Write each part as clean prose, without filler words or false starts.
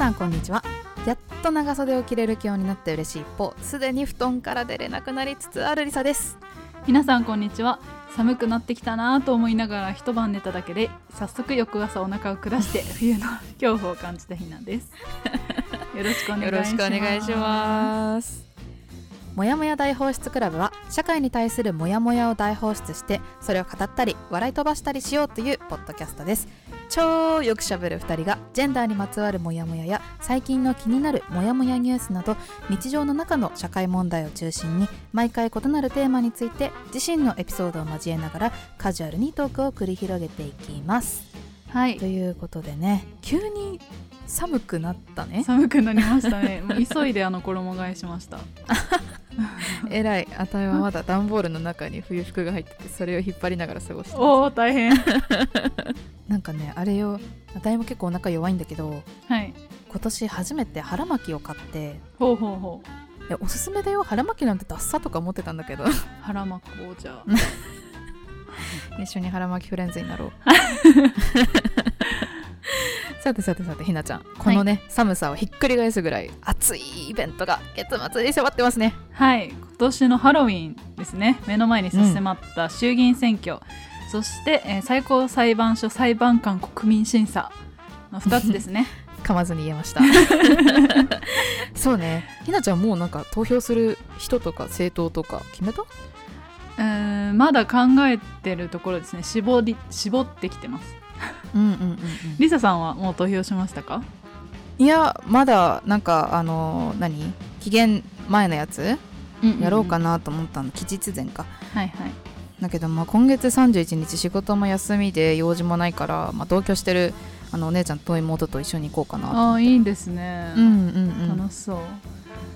さんこんにちは。やっと長袖を着れる気温になって嬉しい一方、すでに布団から出れなくなりつつあるりさです。 皆さんこんにちは。寒くなってきたなと思いながら一晩寝ただけで早速翌朝お腹を下して冬の恐怖を感じたひなですよろしくお願いします。 もやもや大放出クラブは社会に対するもやもやを大放出してそれを語ったり笑い飛ばしたりしようというポッドキャストです。超よくしゃべる2人がジェンダーにまつわるもやもやや最近の気になるもやもやニュースなど日常の中の社会問題を中心に毎回異なるテーマについて自身のエピソードを交えながらカジュアルにトークを繰り広げていきます。 はい、 ということでね、急に寒くなったね。 寒くなりましたねもう急いで衣替えしましたえらい。あたいはまだ段ボールの中に冬服が入っててそれを引っ張りながら過ごしてます。 おー大変なんかね、あれよ、あたいも結構お腹弱いんだけど、 はい、 今年初めて腹巻きを買って、 ほういやおすすめだよ。腹巻きなんてダッサとか思ってたんだけど腹巻こうじゃ一緒に腹巻きフレンズになろうさてひなちゃん、このね、はい、寒さをひっくり返すぐらい熱いイベントが月末に迫ってますね。 はい、今年のハロウィンですね。目の前に差し迫った衆議院選挙、そして、最高裁判所裁判官国民審査の2つですね噛まずに言えましたそうね、ひなちゃんもうなんか投票する人とか政党とか決めた？ まだ考えてるところですね。絞ってきてますリサさんはもう投票しましたか？ いや、まだなんか期限前のやつやろうかなと思ったの、期日前か。 はいはい。 だけど今月31日仕事も休みで用事もないから、同居してるお姉ちゃんと妹と一緒に行こうかなと思って。 いいですね、楽しそう、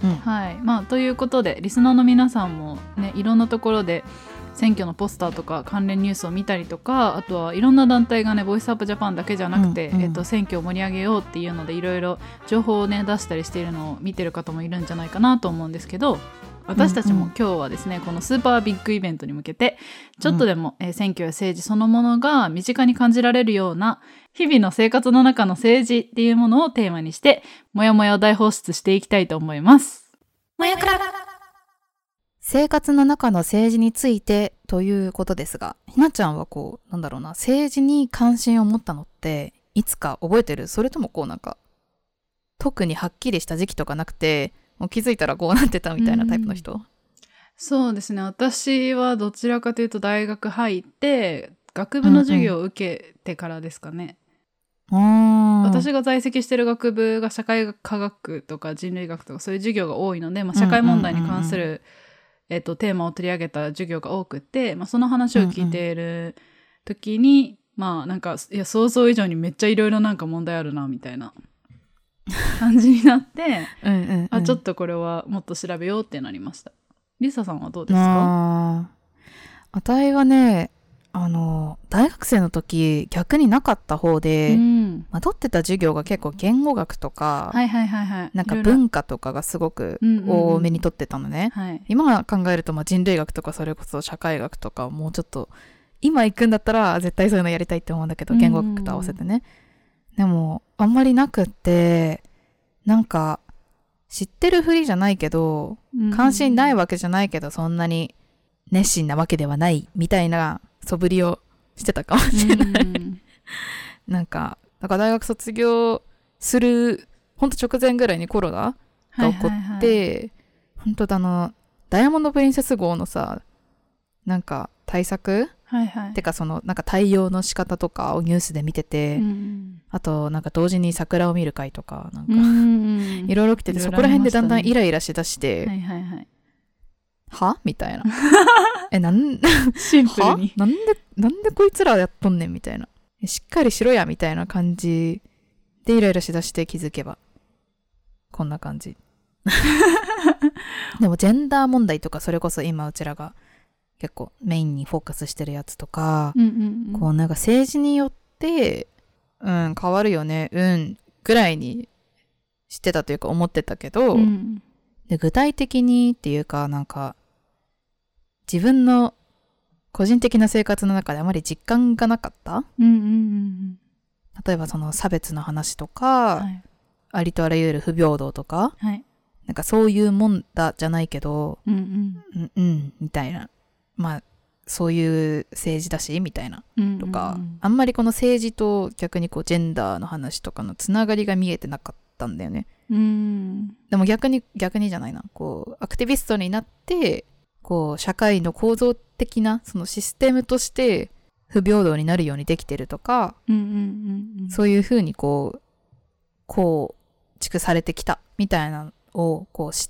はい。ということでリスナーの皆さんもね、いろんなところで選挙のポスターとか関連ニュースを見たりとか、あとはいろんな団体がね、ボイスアップジャパンだけじゃなくて、選挙を盛り上げようっていうのでいろいろ情報をね出したりしているのを見てる方もいるんじゃないかなと思うんですけど、私たちも今日はですね、このスーパービッグイベントに向けてちょっとでも、選挙や政治そのものが身近に感じられるような日々の生活の中の政治っていうものをテーマにしてもやもやを大放出していきたいと思います。 もやくら生活の中の政治についてということですが、ひなちゃんは政治に関心を持ったのっていつか覚えてる？それとも特にはっきりした時期とかなくて、もう気づいたらこうなってたみたいなタイプの人？ そうですね、私はどちらかというと大学入って学部の授業を受けてからですかね。私が在籍してる学部が社会科学とか人類学とかそういう授業が多いので、社会問題に関するテーマを取り上げた授業が多くて、その話を聞いている時に、いや想像以上にめっちゃいろいろなんか問題あるなみたいな感じになってちょっとこれはもっと調べようってなりました。リサさんはどうですか？ あたいはね、大学生の時逆になかった方で、取ってた授業が結構言語学とか、なんか文化とかがすごく多めに取ってたのね、今考えると人類学とかそれこそ社会学とかもうちょっと今行くんだったら絶対そういうのやりたいって思うんだけど、言語学と合わせてね。でもあんまりなくって、なんか知ってるふりじゃないけど、関心ないわけじゃないけどそんなに熱心なわけではないみたいな素振りをしてたかもしれないだから大学卒業するほんと直前ぐらいにコロナが起こって、本当ダイヤモンドプリンセス号のさ、対策、てか対応の仕方とかをニュースで見てて、あと同時に桜を見る会とかいろいろ来てて、そこら辺でだんだんイライラしだして、はみたいなシンプルになんでこいつらやっとんねんみたいな、しっかりしろやみたいな感じでイライラしだして、気づけばこんな感じでもジェンダー問題とか、それこそ今うちらが結構メインにフォーカスしてるやつとか、政治によって変わるよねぐらいに知ってたというか思ってたけど、で具体的にっていうか自分の個人的な生活の中であまり実感がなかった、例えばその差別の話とか、 ありとあらゆる不平等とか、 はい、 なんかそういうもんだじゃないけど、みたいな、まあそういう政治だしみたいな、とか、あんまりこの政治と逆にこうジェンダーの話とかのつながりが見えてなかったんだよね。でも逆にじゃないな、こうアクティビストになってこう社会の構造的なそのシステムとして不平等になるようにできてるとか、そういうふうにこう構築されてきたみたいなのをこう知って、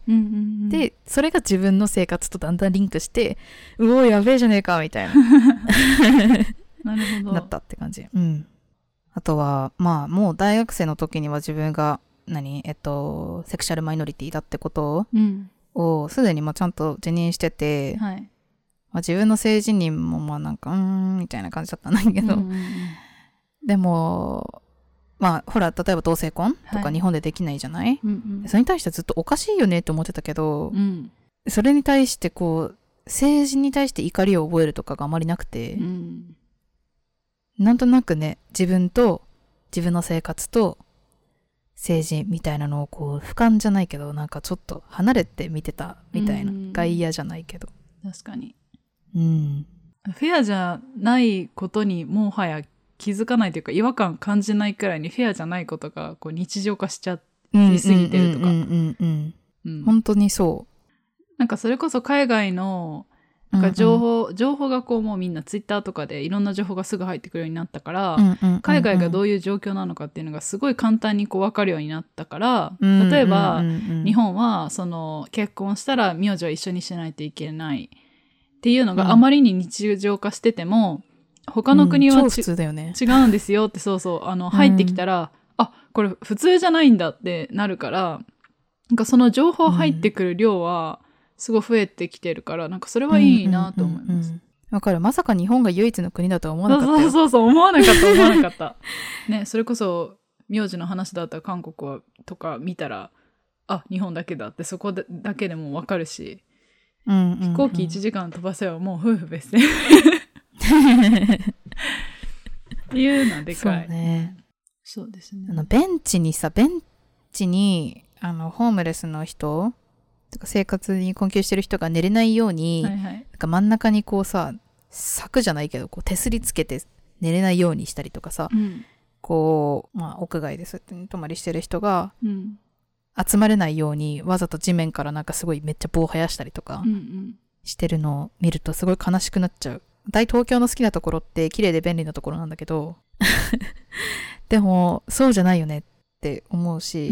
でそれが自分の生活とだんだんリンクして、うおやべえじゃねえかみたいななるほどなったって感じ。あとはまあもう大学生の時には自分がセクシャルマイノリティだってことをすでにちゃんと自認してて、 はい、 自分の性自認もなんかみたいな感じだったんだけど、でもほら例えば同性婚とか日本でできないじゃない、それに対してずっとおかしいよねって思ってたけど、それに対してこう政治に対して怒りを覚えるとかがあまりなくて、なんとなくね、自分の生活と政治みたいなのをこう俯瞰じゃないけどなんかちょっと離れて見てたみたいな、外野じゃないけど、 確かに、フェアじゃないことにもはや気づかないというか違和感感じないくらいにフェアじゃないことがこう日常化しちゃいすぎてるとか、 本当にそう。 なんかそれこそ海外のなんか情報がこうもうみんなツイッターとかでいろんな情報がすぐ入ってくるようになったから、海外がどういう状況なのかっていうのがすごい簡単にこう分かるようになったから、例えば、日本はその結婚したら名字は一緒にしないといけないっていうのがあまりに日常化してても、他の国は、 普通だよね、 違うんですよって入ってきたら、これ普通じゃないんだってなるから、なんかその情報入ってくる量はすごい増えてきてるから、なんかそれはいいなと思います。 わかる。まさか日本が唯一の国だとは思わなかったよ。 そう思わなかったね、それこそ名字の話だったら韓国はとか見たら日本だけだってそこだけでもわかるし、飛行機1時間飛ばせばもう夫婦別姓っていうのはでかい。 そうね。 そうですね。 ベンチにホームレスの人とか生活に困窮してる人が寝れないように、なんか真ん中にこうさ、柵じゃないけどこう手すりつけて寝れないようにしたりとかさ、こう屋外でそうやって泊まりしてる人が集まれないようにわざと地面からなんかすごいめっちゃ棒生やしたりとかしてるのを見るとすごい悲しくなっちゃう。東京の好きなところって綺麗で便利なところなんだけどでもそうじゃないよねって思うし、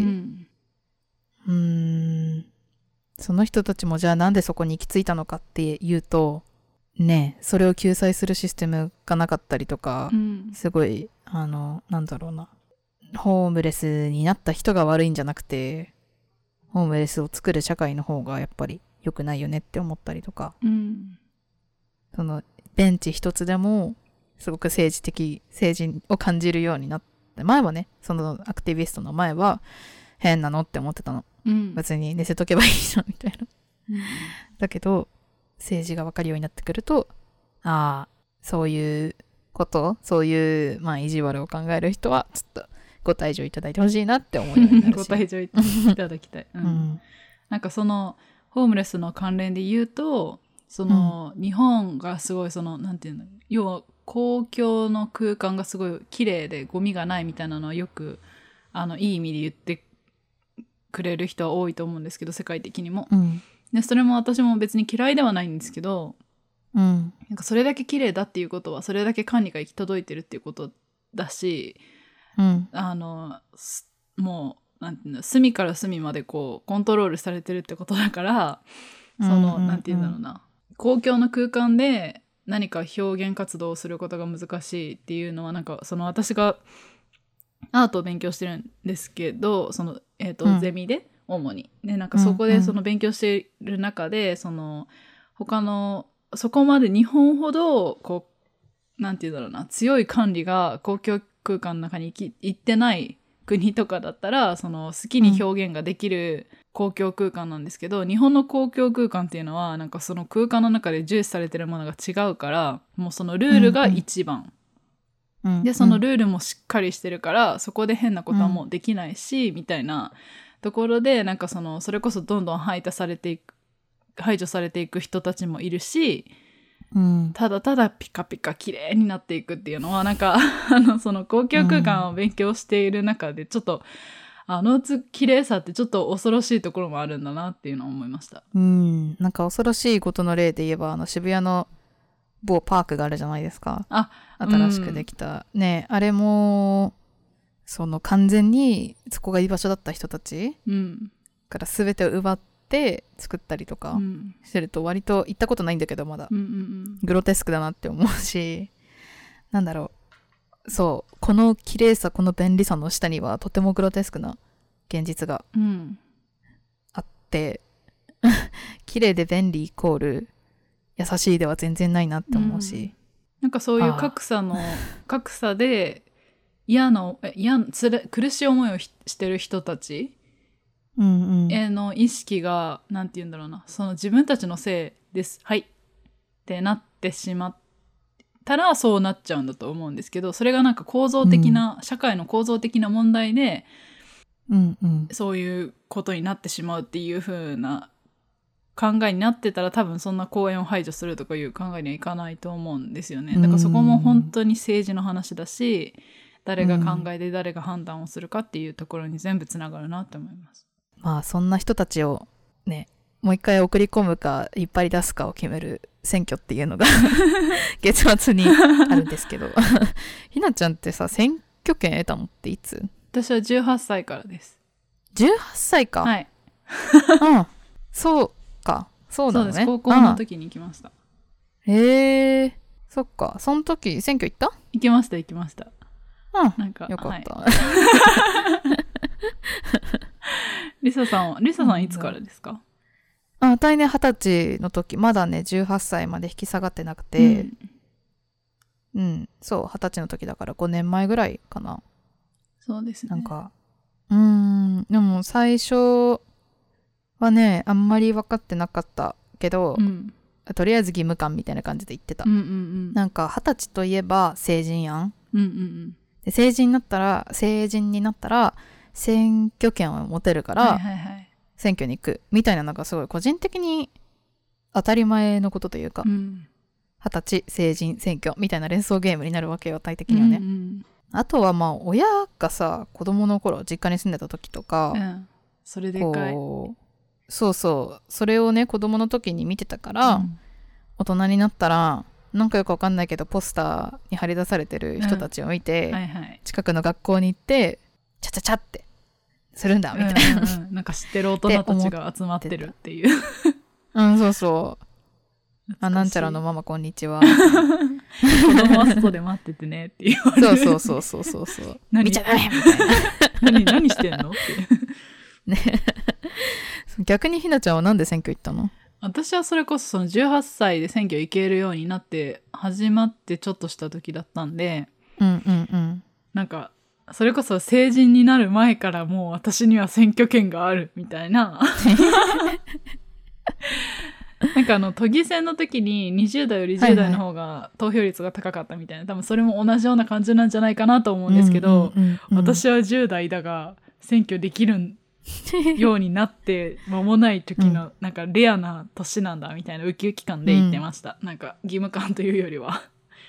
その人たちもじゃあなんでそこに行き着いたのかっていうとね、それを救済するシステムがなかったりとか、すごいなんだろうな、ホームレスになった人が悪いんじゃなくてホームレスを作る社会の方がやっぱり良くないよねって思ったりとか、そのベンチ一つでもすごく政治を感じるようになって、前はね、そのアクティビストの前は変なのって思ってたの、別に寝せとけばいいじゃんみたいな、だけど政治が分かるようになってくると、そういうことそういう意地悪を考える人はちょっとご退場いただいてほしいなって思うようになるしご退場いただきたい、なんかそのホームレスの関連で言うと、その、日本がすごいなんていうの、要は公共の空間がすごい綺麗でゴミがないみたいなのはよくいい意味で言ってくれる人は多いと思うんですけど、世界的にも、でそれも私も別に嫌いではないんですけど、なんかそれだけ綺麗だっていうことはそれだけ管理が行き届いてるっていうことだし、もうなんていうの、隅から隅までこうコントロールされてるってことだから、なんていうんだろうな、公共の空間で何か表現活動をすることが難しいっていうのは、なんか私がアートを勉強してるんですけど、ゼミで主にね、なんかそこで勉強している中で、他のそこまで日本ほどこうなんていうんだろうな、強い管理が公共空間の中に行ってない国とかだったら好きに表現ができる公共空間なんですけど、日本の公共空間っていうのはなんかその空間の中で重視されてるものが違うから、もうそのルールが一番でそのルールもしっかりしてるからそこで変なことはもうできないし、みたいなところでなんかそれこそどんどん排除されていく人たちもいるし、ただただピカピカ綺麗になっていくっていうのはなんかその公共空間を勉強している中でちょっと綺麗さってちょっと恐ろしいところもあるんだなっていうのを思いました。 なんか恐ろしいことの例で言えば渋谷の某パークがあるじゃないですか。新しくできた、ね、あれも完全にそこが居場所だった人たちから全てを奪って作ったりとかしてると、割と行ったことないんだけどまだ、グロテスクだなって思うし、なんだろう、そうこの綺麗さこの便利さの下にはとてもグロテスクな現実があって、綺麗で便利イコール優しいでは全然ないなって思うし、 なんかそういう格差で苦しい思いをしてる人たちへの意識がなんて言うんだろうな、自分たちのせいですはいってなってしまったらそうなっちゃうんだと思うんですけど、それがなんか社会の構造的な問題で、そういうことになってしまうっていう風な考えになってたら多分そんな公園を排除するとかいう考えにはいかないと思うんですよね。だからそこも本当に政治の話だし、誰が考えて誰が判断をするかっていうところに全部つながるなと思います。 まあそんな人たちをねもう一回送り込むか引っ張り出すかを決める選挙っていうのが月末にあるんですけどひなちゃんってさ選挙権得たのっていつ？ 私は18歳からです。 18歳か。 はいそうか、そうだね。 そうです、高校の時に行きました。 へえ、そっか。その時選挙行った？ 行きました。なんかよかった、はい、 リサさんいつからですか？ 来年20歳の時、まだね18歳まで引き下がってなくて、そう20歳の時だから5年前ぐらいかな。 そうですね。 なんかでも最初はねあんまり分かってなかったけど、とりあえず義務感みたいな感じで言ってた。なんか20歳といえば成人やん。で成人になったら選挙権を持てるから、選挙に行くみたいな、なんかすごい個人的に当たり前のことというか、20歳成人選挙みたいな連想ゲームになるわけよ、体的にはね。あとはまあ親がさ子供の頃実家に住んでた時とか、 それでかい。 そうそれをね子供の時に見てたから、大人になったらなんかよくわかんないけどポスターに貼り出されてる人たちを見て、近くの学校に行ってチャチャチャってするんだみたいな、 なんか知ってる大人たちが集まってるっていうそうなんちゃらのママこんにちは子供は外で待っててねって言われる。 そう見ちゃダメみたいな何してんのってね逆にひなちゃんはなんで選挙行ったの？ 私はそれこそその18歳で選挙行けるようになって始まってちょっとした時だったんで、なんかそれこそ成人になる前からもう私には選挙権があるみたいななんか都議選の時に20代より10代の方が投票率が高かったみたいな、多分それも同じような感じなんじゃないかなと思うんですけど、私は10代だが選挙できるようになって間もない時のなんかレアな年なんだみたいなウキウキ感で言ってました、なんか義務感というよりは。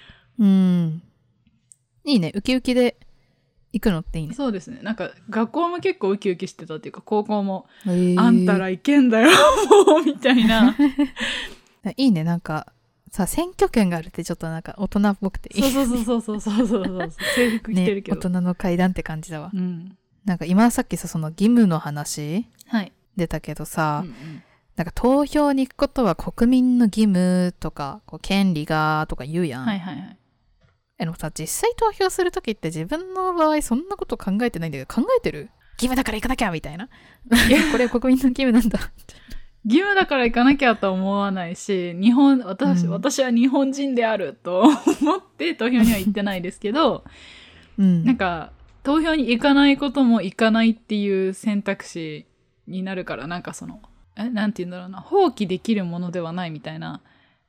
いいね、ウキウキで行くのっていいね。 そうですね、なんか学校も結構ウキウキしてたっていうか、高校も、あんたらいけんだよもうみたいないいね、なんかさ選挙権があるってちょっとなんか大人っぽくていい。 そう制服着てるけど、 ね、大人の階段って感じだわ。なんか今さっきさその義務の話、出たけどさ、なんか投票に行くことは国民の義務とかこう権利がとか言うやん。でもさ実際投票するときって自分の場合そんなこと考えてないんだけど、考えてる？義務だから行かなきゃみたいなこれ国民の義務なんだ義務だから行かなきゃとは思わないし、私は日本人であると思って投票には行ってないですけど、なんか投票に行かないことも行かないっていう選択肢になるから、なんかなんて言うんだろうな、放棄できるものではないみたいな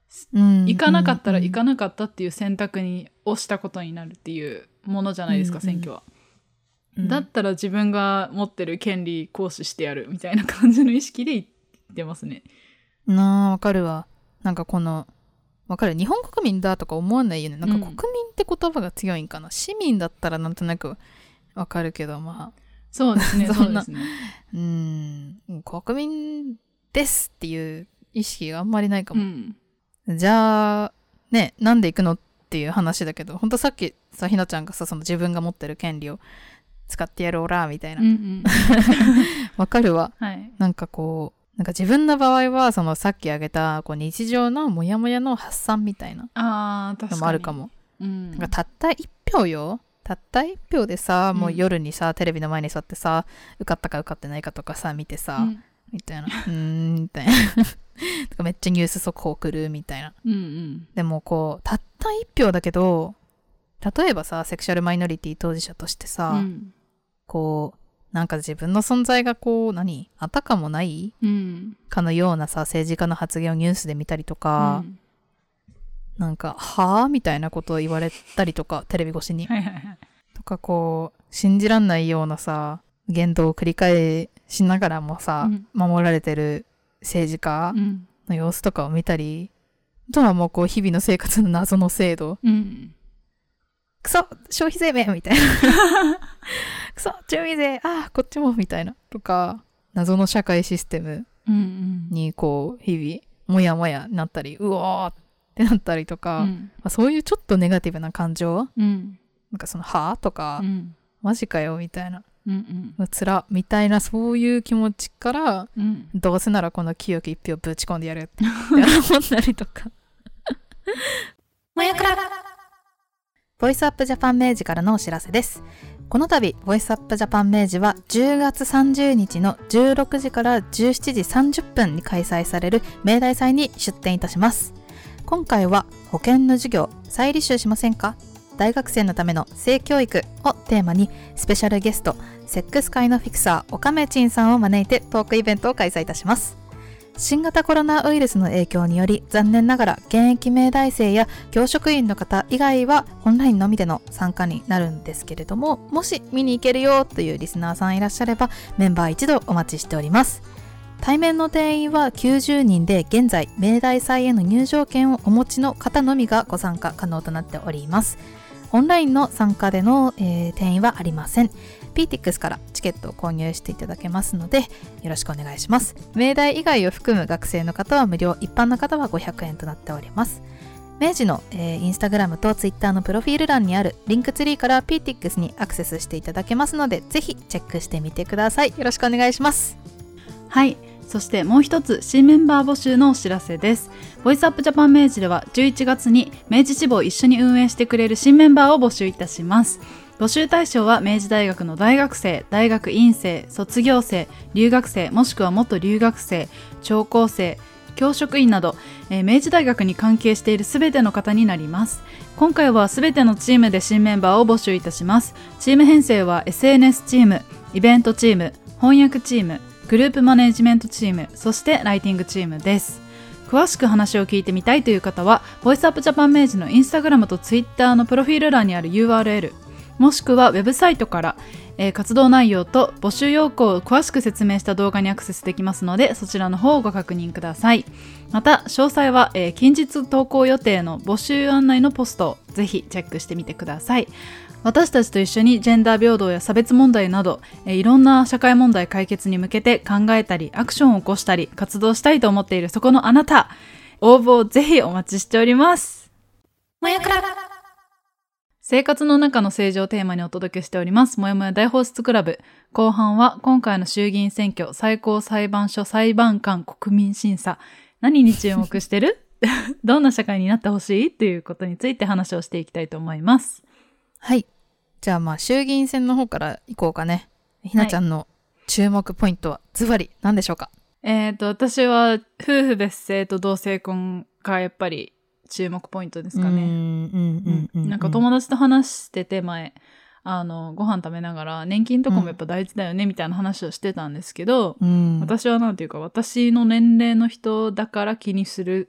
行かなかったら行かなかったっていう選択をしたことになるっていうものじゃないですか、選挙は。だったら自分が持ってる権利行使してやるみたいな感じの意識で言ってますね。 わかるわ。なんかわかる。日本国民だとか思わないよね。なんか国民って言葉が強いんかな。市民だったらなんとなくわかるけど、まあ。 そうですね、そうですね。 国民ですっていう意識があんまりないかも。じゃあ、ね、なんで行くのっていう話だけど、ほんとさっきさ、ひなちゃんがさ、その自分が持ってる権利を使ってやるオラみたいな。わかるわ。はい、なんか自分の場合は、そのさっき挙げた日常のモヤモヤの発散みたいなのもあるかも。なんかたった一票よ。たった一票でさ、もう夜にさ、テレビの前に座ってさ、受かったか受かってないかとかさ、見てさ、みたいな。みたいな。とかめっちゃニュース速報来るみたいな。でもたった一票だけど、例えばさ、セクシャルマイノリティ当事者としてさ、なんか自分の存在があたかもない、かのようなさ、政治家の発言をニュースで見たりとか、なんか、はぁみたいなことを言われたりとか、テレビ越しに。とか信じらんないようなさ、言動を繰り返しながらもさ、守られてる政治家の様子とかを見たり、あとはもう日々の生活の謎の制度。クソ消費税めみたいな。クソ住民税こっちもみたいな。とか、謎の社会システムに日々、もやもやなったり、うおーってなったりとか、そういうちょっとネガティブな感情、なんかはぁとか、マジかよみたいな、つらみたいな、そういう気持ちから、どうせならこの清き一票ぶち込んでやるって思ったりとか。もやくらボイスアップジャパン明治からのお知らせです。この度ボイスアップジャパン明治は10月30日の16時から17時30分に開催される明大祭に出展いたします。今回は保険の授業再履修しませんか？大学生のための性教育をテーマに、スペシャルゲストセックス界のフィクサー岡目陳さんを招いてトークイベントを開催いたします。新型コロナウイルスの影響により残念ながら現役明大生や教職員の方以外はオンラインのみでの参加になるんですけれども、もし見に行けるよというリスナーさんいらっしゃればメンバー一同お待ちしております。対面の定員は90人で、現在明大祭への入場券をお持ちの方のみがご参加可能となっております。オンラインの参加での、定員はありません。PTX からチケットを購入していただけますのでよろしくお願いします。明大以外を含む学生の方は無料、一般の方は500円となっております。明治の、インスタグラムとツイッターのプロフィール欄にあるリンクツリーから PTX にアクセスしていただけますので、ぜひチェックしてみてください。よろしくお願いします。 はい、そしてもう一つ新メンバー募集のお知らせです。ボイスアップジャパン明治では11月に明治志望を一緒に運営してくれる新メンバーを募集いたします。募集対象は明治大学の大学生、大学院生、卒業生、留学生、もしくは元留学生、聴講生、教職員など、明治大学に関係しているすべての方になります。今回はすべてのチームで新メンバーを募集いたします。チーム編成は SNS チーム、イベントチーム、翻訳チーム、グループマネジメントチーム、そしてライティングチームです。詳しく話を聞いてみたいという方は、ボイスアップジャパン明治のインスタグラムとツイッターのプロフィール欄にある URL、もしくはウェブサイトから、活動内容と募集要項を詳しく説明した動画にアクセスできますので、そちらの方をご確認ください。また詳細は、近日投稿予定の募集案内のポストをぜひチェックしてみてください。私たちと一緒にジェンダー平等や差別問題など、いろんな社会問題解決に向けて考えたりアクションを起こしたり活動したいと思っているそこのあなた、応募をぜひお待ちしております。もやくら生活の中の政治をテーマにお届けしておりますもやもや大放出クラブ。後半は今回の衆議院選挙最高裁判所裁判官国民審査、何に注目してるどんな社会になってほしいということについて話をしていきたいと思います。 はい、じゃあ衆議院選の方からいこうかね。ひなちゃんの注目ポイントはズバリ何でしょうか？ 私は夫婦別姓と同性婚がやっぱり注目ポイントですかね。なんか友達と話してて前、ご飯食べながら年金とかもやっぱ大事だよねみたいな話をしてたんですけど、私はなんていうか私の年齢の人だから気にする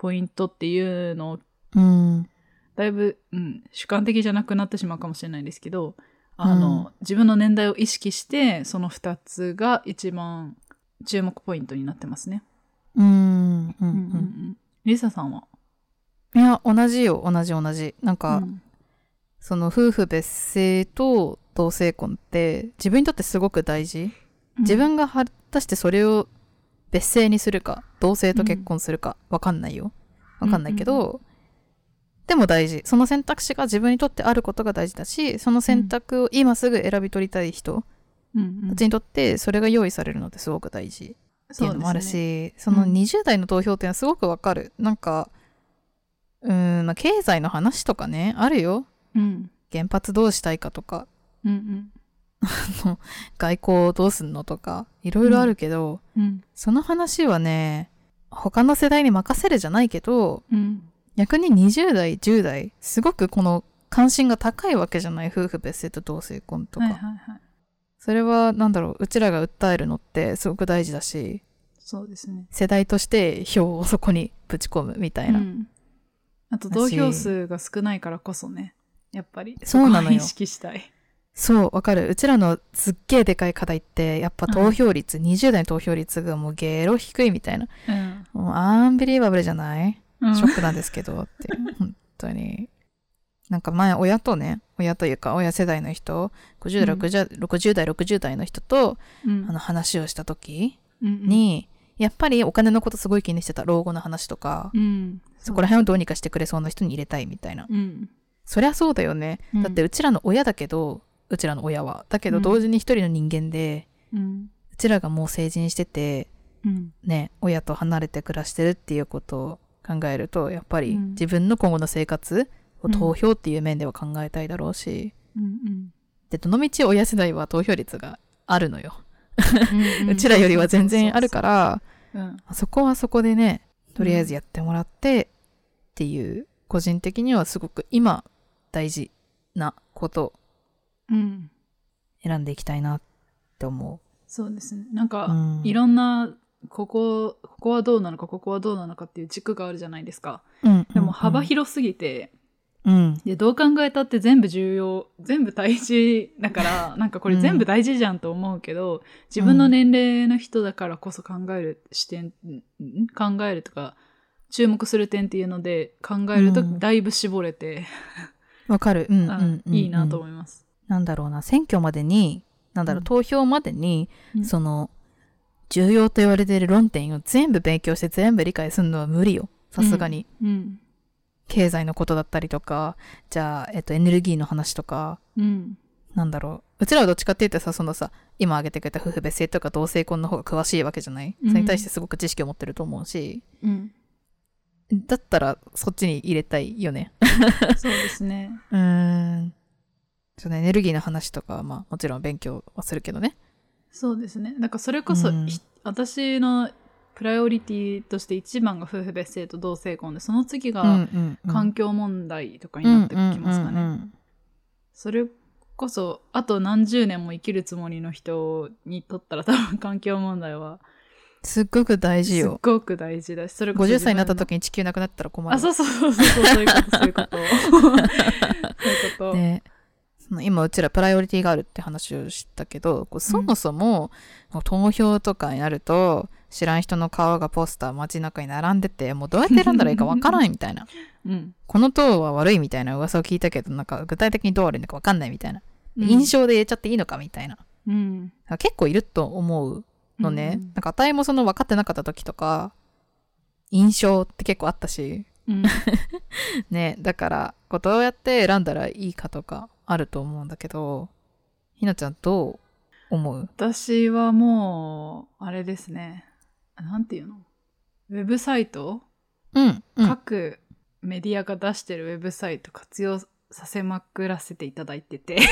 ポイントっていうのを、 うん、 だいぶ、主観的じゃなくなってしまうかもしれないんですけど、自分の年代を意識してその2つが一番注目ポイントになってますね。リサさんは？ いや、同じよ、同じ。なんか、その夫婦別姓と同性婚って自分にとってすごく大事。自分が果たしてそれを別姓にするか、同性と結婚するか、わかんないよ。わかんないけど、でも大事。その選択肢が自分にとってあることが大事だし、その選択を今すぐ選び取りたい人たちにとってそれが用意されるのってすごく大事っていうのもあるし、その20代の投票っていうのはすごくわかる。なんか、経済の話とかね、あるよ。原発どうしたいかとか、外交どうすんのとか、いろいろあるけど、その話はね、他の世代に任せるじゃないけど、逆に20代、10代、すごくこの関心が高いわけじゃない、夫婦別姓と同性婚とか。それはうちらが訴えるのってすごく大事だし、 そうですね。 世代として票をそこにぶち込むみたいな。 あと投票数が少ないからこそね、やっぱりそうなのよ。 意識したい。 そう、わかる。うちらのすっげえでかい課題って、やっぱ投票率、20代の投票率がもうゲロ低いみたいな。もうアンビリーバブルじゃない？ショックなんですけどって。本当に。なんか前、親というか、親世代の人、50代、60代の人と、話をした時に、やっぱりお金のことすごい気にしてた。老後の話とか、そこら辺をどうにかしてくれそうな人に入れたいみたいな。そりゃそうだよね。だってうちらの親だけど、うちらの親は。だけど同時に一人の人間で、うちらがもう成人してて、ね、親と離れて暮らしてるっていうことを考えると、やっぱり自分の今後の生活を投票っていう面では考えたいだろうし、で、どのみち親世代は投票率があるのよ。うちらよりは全然あるから、そこはそこでね、とりあえずやってもらってっていう、個人的にはすごく今大事なこと選んでいきたいなって思う。 そうですね。なんか、いろんなここはどうなのかここはどうなのかっていう軸があるじゃないですか。でも幅広すぎて、でどう考えたって全部重要、全部大事だからなんかこれ全部大事じゃんと思うけど、自分の年齢の人だからこそ考える視点、考えるとか注目する点っていうので考えるとだいぶ絞れてわかる。 いいなと思います。 なんだろうな、選挙までに投票までに、その重要と言われている論点を全部勉強して全部理解するのは無理よ、さすがに。経済のことだったりとか、じゃあ、エネルギーの話とか、うちらはどっちかって言ったら今挙げてくれた夫婦別姓とか同性婚の方が詳しいわけじゃない？それに対してすごく知識を持ってると思うし、だったらそっちに入れたいよね。 そうですね。 そのエネルギーの話とかはもちろん勉強はするけどね。 そうですね。だからそれこそ、私のプライオリティとして一番が夫婦別姓と同性婚で、その次が環境問題とかになってきますかね。それこそあと何十年も生きるつもりの人にとったら多分環境問題はすっごく大事よ。 すっごく大事だし、それこそ 50歳になった時に地球なくなったら困る。 そういうことね、今うちらプライオリティがあるって話をしたけど、そもそも、投票とかになると知らん人の顔がポスター街中に並んでて、もうどうやって選んだらいいかわからないみたいな、この党は悪いみたいな噂を聞いたけど、なんか具体的にどう悪いのかわかんないみたいな、印象で入れちゃっていいのかみたいな、結構いると思うのね。なんかあたいも分かってなかった時とか印象って結構あったし、ね、だからどうやって選んだらいいかとかあると思うんだけど、ひなちゃんどう思う？ 私はもうあれですね、なんていうの、ウェブサイト、各メディアが出してるウェブサイト活用させまくらせていただいてて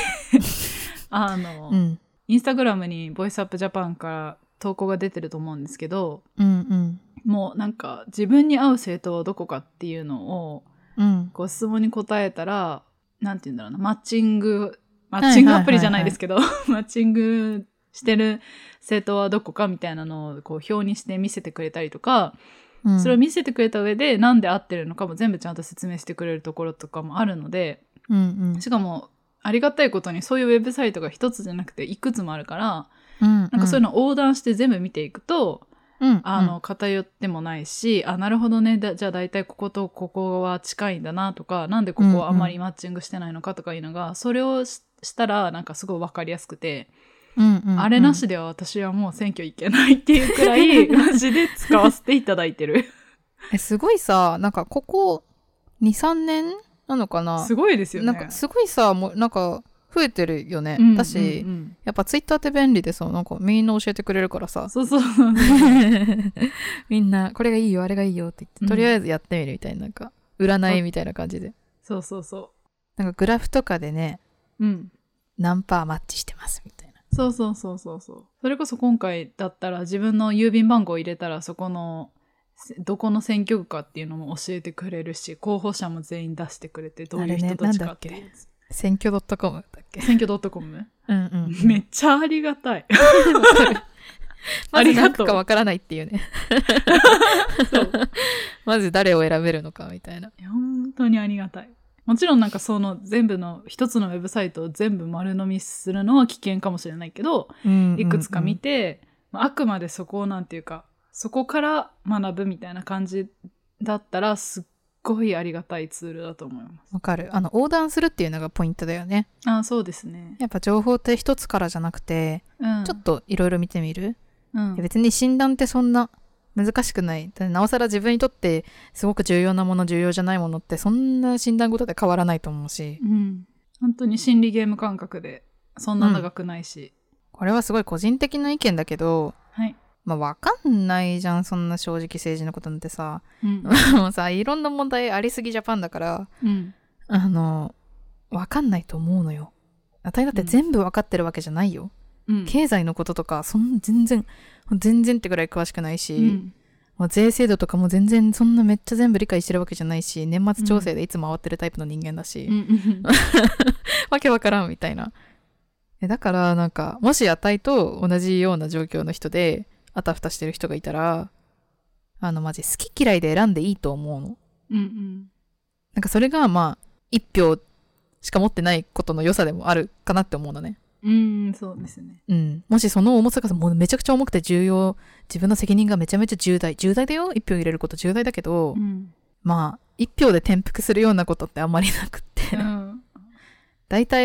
インスタグラムにボイスアップジャパンから投稿が出てると思うんですけど、もうなんか自分に合う政党はどこかっていうのを、ご質問に答えたら、なんていうんだろうな、マッチングアプリじゃないですけど、マッチングしてる政党はどこかみたいなのをこう表にして見せてくれたりとか、 それを見せてくれた上でなんで合ってるのかも全部ちゃんと説明してくれるところとかもあるので、しかもありがたいことにそういうウェブサイトが一つじゃなくていくつもあるから、なんかそういうのを横断して全部見ていくと、偏ってもないし、なるほどね、じゃあ大体こことここは近いんだなとか、なんでここはあんまりマッチングしてないのかとかいうのが、それをしたらなんかすごい分かりやすくて、あれなしでは私はもう選挙行けないっていうくらいマジで使わせていただいてる。 すごいさ、なんかここ 2,3 年なのかな、 すごいですよね。 なんかすごいさ、もうなんか増えてるよね。だし、やっぱツイッターって便利でさ、なんかみんな教えてくれるからさ、 そうみんなこれがいいよあれがいいよって言って、とりあえずやってみるみたいな、なんか占いみたいな感じで、 そうなんかグラフとかでね、何パーマッチしてますみたいな。 そうそれこそ今回だったら自分の郵便番号を入れたらそこのどこの選挙区かっていうのも教えてくれるし、候補者も全員出してくれて、どういう人たちかっていうやつ。 選挙 .com だっけ？ 選挙 .com？ めっちゃありがたい。 まず何かわからないっていうね。まず誰を選べるのかみたいな。 本当にありがたい。もちろんなんかその全部の一つのウェブサイトを全部丸飲みするのは危険かもしれないけど、いくつか見て、あくまでそこをなんていうか、そこから学ぶみたいな感じだったらすっごいありがたいツールだと思います。 わかる。横断するっていうのがポイントだよね。 そうですね。 やっぱ情報って一つからじゃなくて、ちょっといろいろ見てみる。別に診断ってそんな難しくない。なおさら自分にとってすごく重要なもの、重要じゃないものってそんな診断ごとで変わらないと思うし、 本当に心理ゲーム感覚でそんな長くないし、 これはすごい個人的な意見だけど、わかんないじゃん、そんな正直政治のことなんてさ、もうさ、いろんな問題ありすぎジャパンだから、わかんないと思うのよ。あたいだって全部わかってるわけじゃないよ。経済のこととか全然ってぐらい詳しくないし、税制度とかも全然そんなめっちゃ全部理解してるわけじゃないし、年末調整でいつ回ってるタイプの人間だし、わけわからんみたいな。だからなんかもしあたいと同じような状況の人であたふたしてる人がいたら、マジ好き嫌いで選んでいいと思うの。なんかそれが一票しか持ってないことの良さでもあるかなって思うのね。 そうですね。 もしその重さがもうめちゃくちゃ重くて重要、自分の責任がめちゃめちゃ重大だよ。一票入れること重大だけど、一票で転覆するようなことってあんまりなくって、大体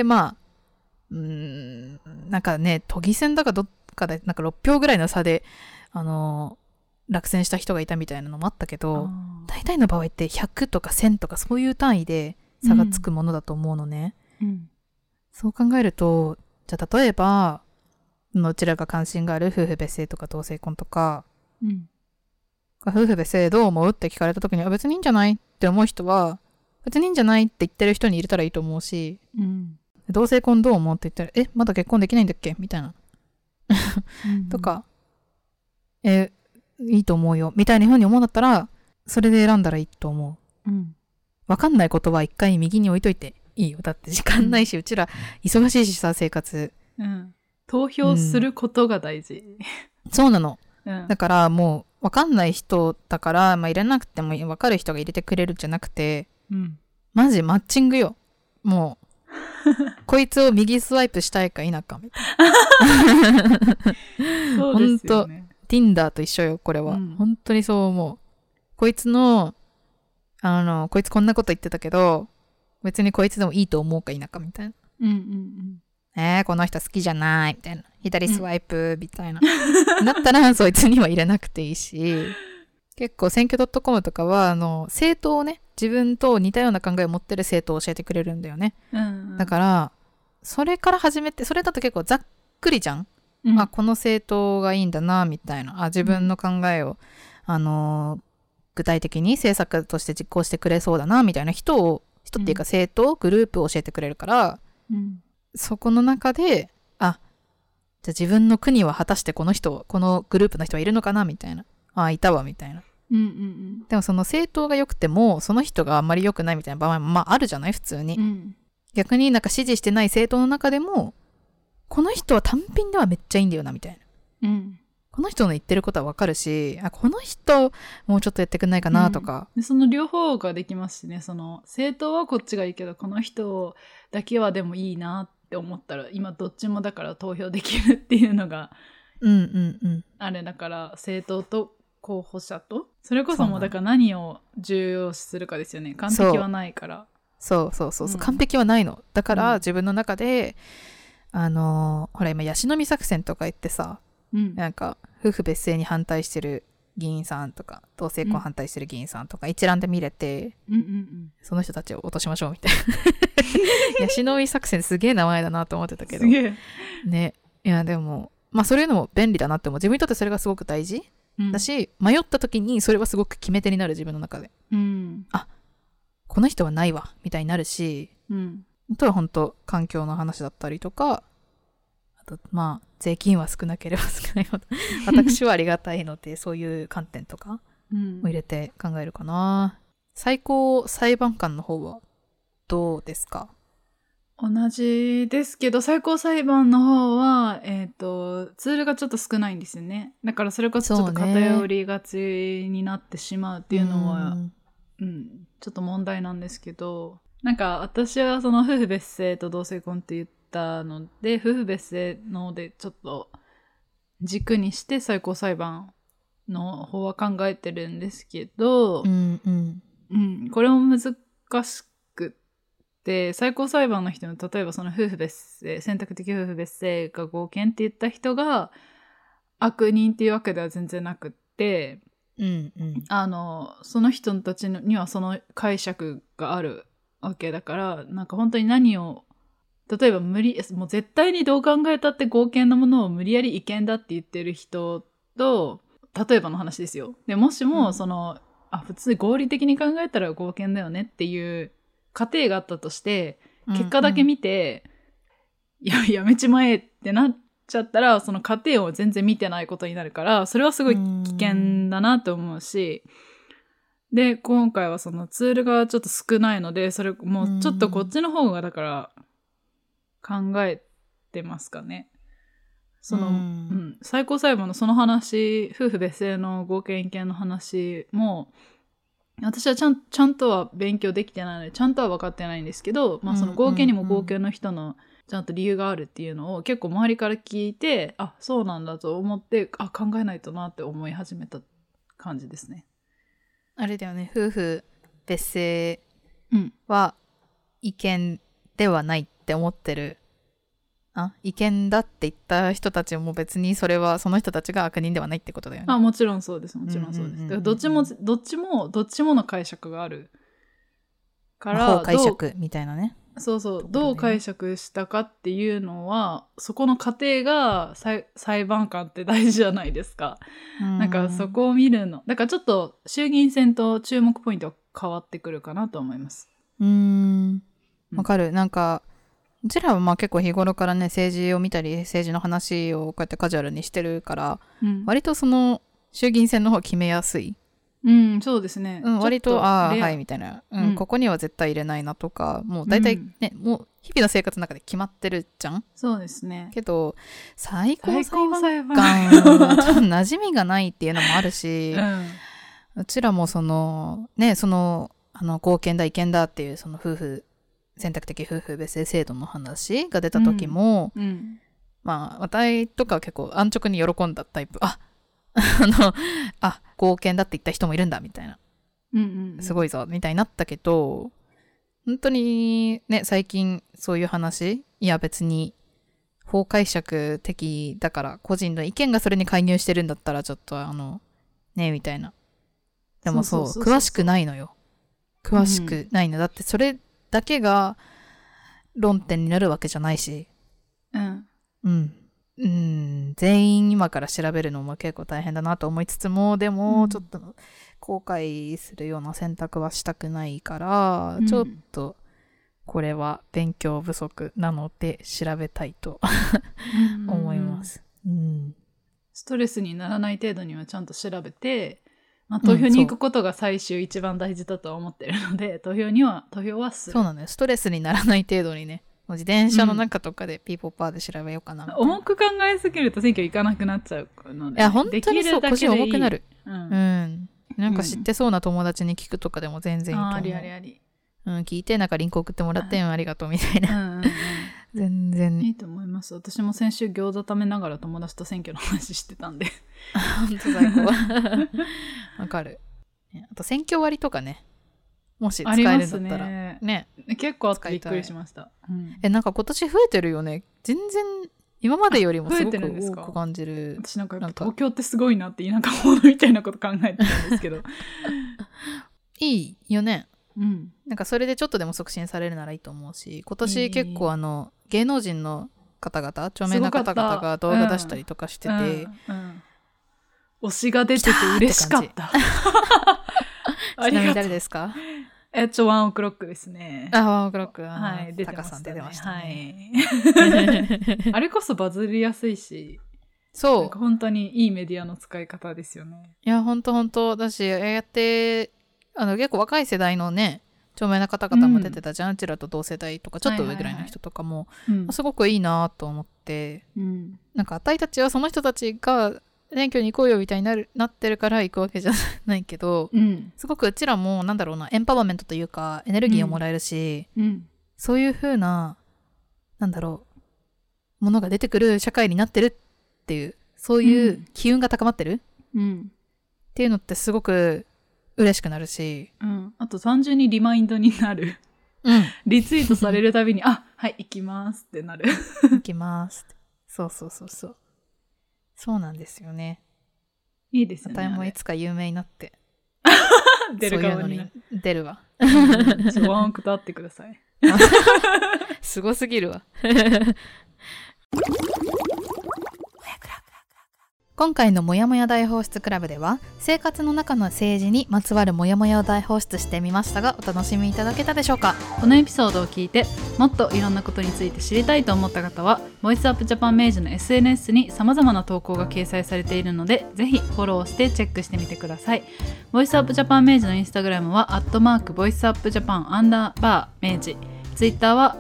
なんかね、都議選だかどっかでなんか6票ぐらいの差で落選した人がいたみたいなのもあったけど、大体の場合って100とか1000とかそういう単位で差がつくものだと思うのね。そう考えると、じゃあ例えばうちらが関心がある夫婦別姓とか同性婚とか、夫婦別姓どう思うって聞かれた時に、別にいいんじゃないって思う人は別にいいんじゃないって言ってる人に入れたらいいと思うし、同性婚どう思うって言ったら、まだ結婚できないんだっけみたいなとか、いいと思うよみたいな風に思うんだったら、それで選んだらいいと思う。わかんないことは一回右に置いといていいよ。だって時間ないし、うちら忙しいしさ、生活。 投票することが大事。 そうなの。だからもうわかんない人だから、入れなくてもわかる人が入れてくれるじゃなくて、マジマッチングよ。もうこいつを右スワイプしたいか否かみたいな。そうですよね。Tinder と一緒よ、これは。本当にそう思う。こいつのこいつこんなこと言ってたけど、別にこいつでもいいと思うか否かみたいな。この人好きじゃないみたいな。左スワイプみたいな。だったらそいつには入れなくていいし、結構選挙 .com とかは政党をね、自分と似たような考えを持ってる政党を教えてくれるんだよね。だからそれから始めて、それだと結構ざっくりじゃん。この政党がいいんだなみたいな。自分の考えを具体的に政策として実行してくれそうだなみたいな人っていうか政党、グループを教えてくれるから、そこの中でじゃあ自分の区には果たしてこのグループの人はいるのかなみたいな、いたわみたいな。でもその政党が良くてもその人があんまり良くないみたいな場合もあるじゃない、普通に。逆になんか支持してない政党の中でもこの人は単品ではめっちゃいいんだよなみたいな、 この人の言ってることはわかるし、この人もうちょっとやってくんないかなとか、 でその両方ができますしね。その政党はこっちがいいけどこの人だけはでもいいなって思ったら今どっちもだから投票できるっていうのがあれだから、政党と候補者とそれこそもうだから何を重要視するかですよね。完璧はないから。 そう、完璧はないの。だから自分の中で、ほら今ヤシの実作戦とか言ってさ、なんか夫婦別姓に反対してる議員さんとか同性婚反対してる議員さんとか一覧で見れて、その人たちを落としましょうみたいなヤシの実作戦すげえ名前だなと思ってたけどね。いやでもまあそういうのも便利だなって思う。自分にとってそれがすごく大事だし、迷った時にそれはすごく決め手になる。自分の中で、あ、この人はないわみたいになるし、あとは本当環境の話だったりとか、あとまあ税金は少なければ少ないほど私はありがたいのでそういう観点とかも入れて考えるかな。最高裁判官の方はどうですか？ 同じですけど、最高裁判の方は、ツールがちょっと少ないんですよね。だからそれこそちょっと偏りがちになってしまうっていうのは、ちょっと問題なんですけど、なんか私はその夫婦別姓と同性婚って言ったので、夫婦別姓のでちょっと軸にして最高裁判の方は考えてるんですけど、これも難しくて、最高裁判の人の例えばその夫婦別姓、選択的夫婦別姓が合憲って言った人が悪人っていうわけでは全然なくって、その人たちにはその解釈があるわけだから、なんか本当に何を例えばもう絶対にどう考えたって合憲なものを無理やり違憲だって言ってる人と、例えばの話ですよ。でもしもその、普通合理的に考えたら合憲だよねっていう過程があったとして、結果だけ見て、やめちまえってなっちゃったら、その過程を全然見てないことになるから、それはすごい危険だなと思うし、で今回はそのツールがちょっと少ないので、それもうちょっとこっちの方がだから考えてますかね。その、最高裁判のその話、夫婦別姓の合憲違憲の話も、私はちゃんとは勉強できてないのでちゃんとは分かってないんですけど、その合憲にも合憲の人のちゃんと理由があるっていうのを結構周りから聞いて、そうなんだと思って、考えないとなって思い始めた感じですね。 あれだよね、夫婦別姓は違憲ではないって思ってる、違憲だって言った人たちも別にそれはその人たちが悪人ではないってことだよね。 もちろんそうです、もちろんそうです。だからどっちもの解釈があるから法解釈みたいなね。 そうそう、どう解釈したかっていうのはそこの過程が裁判官って大事じゃないですか。なんかそこを見るのだからちょっと衆議院選と注目ポイントは変わってくるかなと思います。 わかる。なんかうちらはまあ結構日頃からね、政治を見たり政治の話をこうやってカジュアルにしてるから、割とその衆議院選の方決めやすい。 そうですね。 割とはいみたいな、ここには絶対入れないなとか、もう大体ね、もう日々の生活の中で決まってるじゃん。 そうですね。 けど最高裁判官馴染みがないっていうのもあるし、うちらもそのね、合憲だ違憲だっていうその選択的夫婦別姓制度の話が出た時も、私とかは結構安直に喜んだタイプ。合憲だって言った人もいるんだみたいな、すごいぞみたいになったけど、本当にね、最近そういう話、いや別に法解釈的だから個人の意見がそれに介入してるんだったらちょっとねみたいな。でも詳しくないのよ。詳しくないの、だってそれだけが論点になるわけじゃないし、全員今から調べるのも結構大変だなと思いつつも、でもちょっと後悔するような選択はしたくないから、ちょっとこれは勉強不足なので調べたいと思います。 ストレスにならない程度にはちゃんと調べて、投票に行くことが最終一番大事だとは思ってるので、投票はする。 そうなのよ。ストレスにならない程度にね、 もう自転車の中とかでピーポーパーで調べようかな、 重く考えすぎると選挙行かなくなっちゃうので、 いや本当にそう、腰重くなる。 うんなんか知ってそうな友達に聞くとかでも全然いいと思う。 ありありあり。 聞いて、なんかリンク送ってもらってありがとうみたいな。全然いいと思います。私も先週餃子食べながら友達と選挙の話してたんで。 本当最高。わかる。あと選挙割とかね。もし使えるんだったら。ね。 結構あってびっくりしました。 なんか今年増えてるよね。全然今までよりもすごく多く感じる。 私なんか東京ってすごいなって田舎者みたいなこと考えてたんですけど。 いいよね。なんかそれでちょっとでも促進されるならいいと思うし、今年結構芸能人の方々、著名な方々が動画出したりとかしてて、 推しが出てて嬉しかった。 ちなみに誰ですか？ ワンオクロックですね。 ワンオクロック。 はい、出てましたね。 タカさん出てましたね。 あれこそバズりやすいし、 そう。 本当にいいメディアの使い方ですよね。 いや、本当だし、やって、結構若い世代のね、著名な方々も出てたじゃん。うちらと同世代とか、ちょっと上ぐらいの人とかも、すごくいいなと思って、なんか、あたいたちはその人たちが、選挙に行こうよみたいになってるから行くわけじゃないけど、すごくうちらもなんだろうな、エンパワーメントというかエネルギーをもらえるし、そういう風ななんだろうものが出てくる社会になってるっていう、そういう機運が高まってる、っていうのってすごく嬉しくなるし、 あと単純にリマインドになる、リツイートされるたびにはい行きますってなる。 行きますって。そうそうなんですよね。 いいですよね。 私もいつか有名になって出る側に出るわ。 ワンオクと会ってください。 すごすぎるわ。今回のもやもや大放出クラブでは、生活の中の政治にまつわるもやもやを大放出してみましたが、お楽しみいただけたでしょうか。 このエピソードを聞いてもっといろんなことについて知りたいと思った方は、ボイスアップジャパンメージの SNS に様々な投稿が掲載されているので、ぜひフォローしてチェックしてみてください。ボイスアップジャパンメージのインスタグラムはボイスアップジャパン_メージ、ツイッターは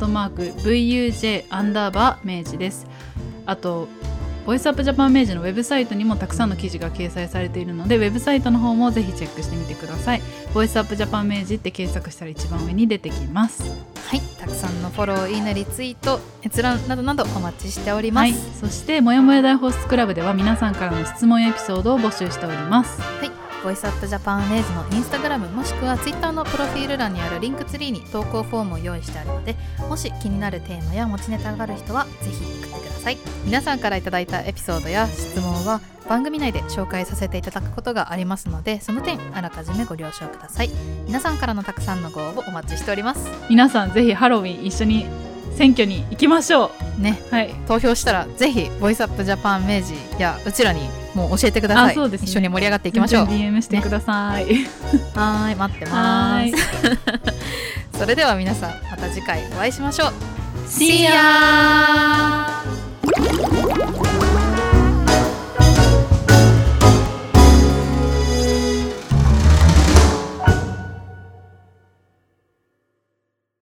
@VUJ_ メージです。あとボイスアップジャパンメージのウェブサイトにもたくさんの記事が掲載されているので、ウェブサイトの方もぜひチェックしてみてください。ボイスアップジャパンメージって検索したら一番上に出てきます。 はい、たくさんのフォロー、いいね、リツイート、閲覧などなどお待ちしております。はい、 そしてもやもや大放出クラブでは皆さんからの質問やエピソードを募集しております。 はい、ボイスアップジャパンメージのインスタグラムもしくはツイッターのプロフィール欄にあるリンクツリーに投稿フォームを用意してあるので、もし気になるテーマや持ちネタがある人はぜひ送ってください。皆さんからいただいたエピソードや質問は番組内で紹介させていただくことがありますので、その点あらかじめご了承ください。皆さんからのたくさんのご応募お待ちしております。 皆さんぜひハロウィン一緒に選挙に行きましょうね。 はい、投票したらぜひボイスアップジャパンメージやうちらにもう教えてください。 そうですね、 一緒に盛り上がっていきましょう。 DM してください、ね、 はい待ってますそれでは皆さんまた次回お会いしましょう。 See ya!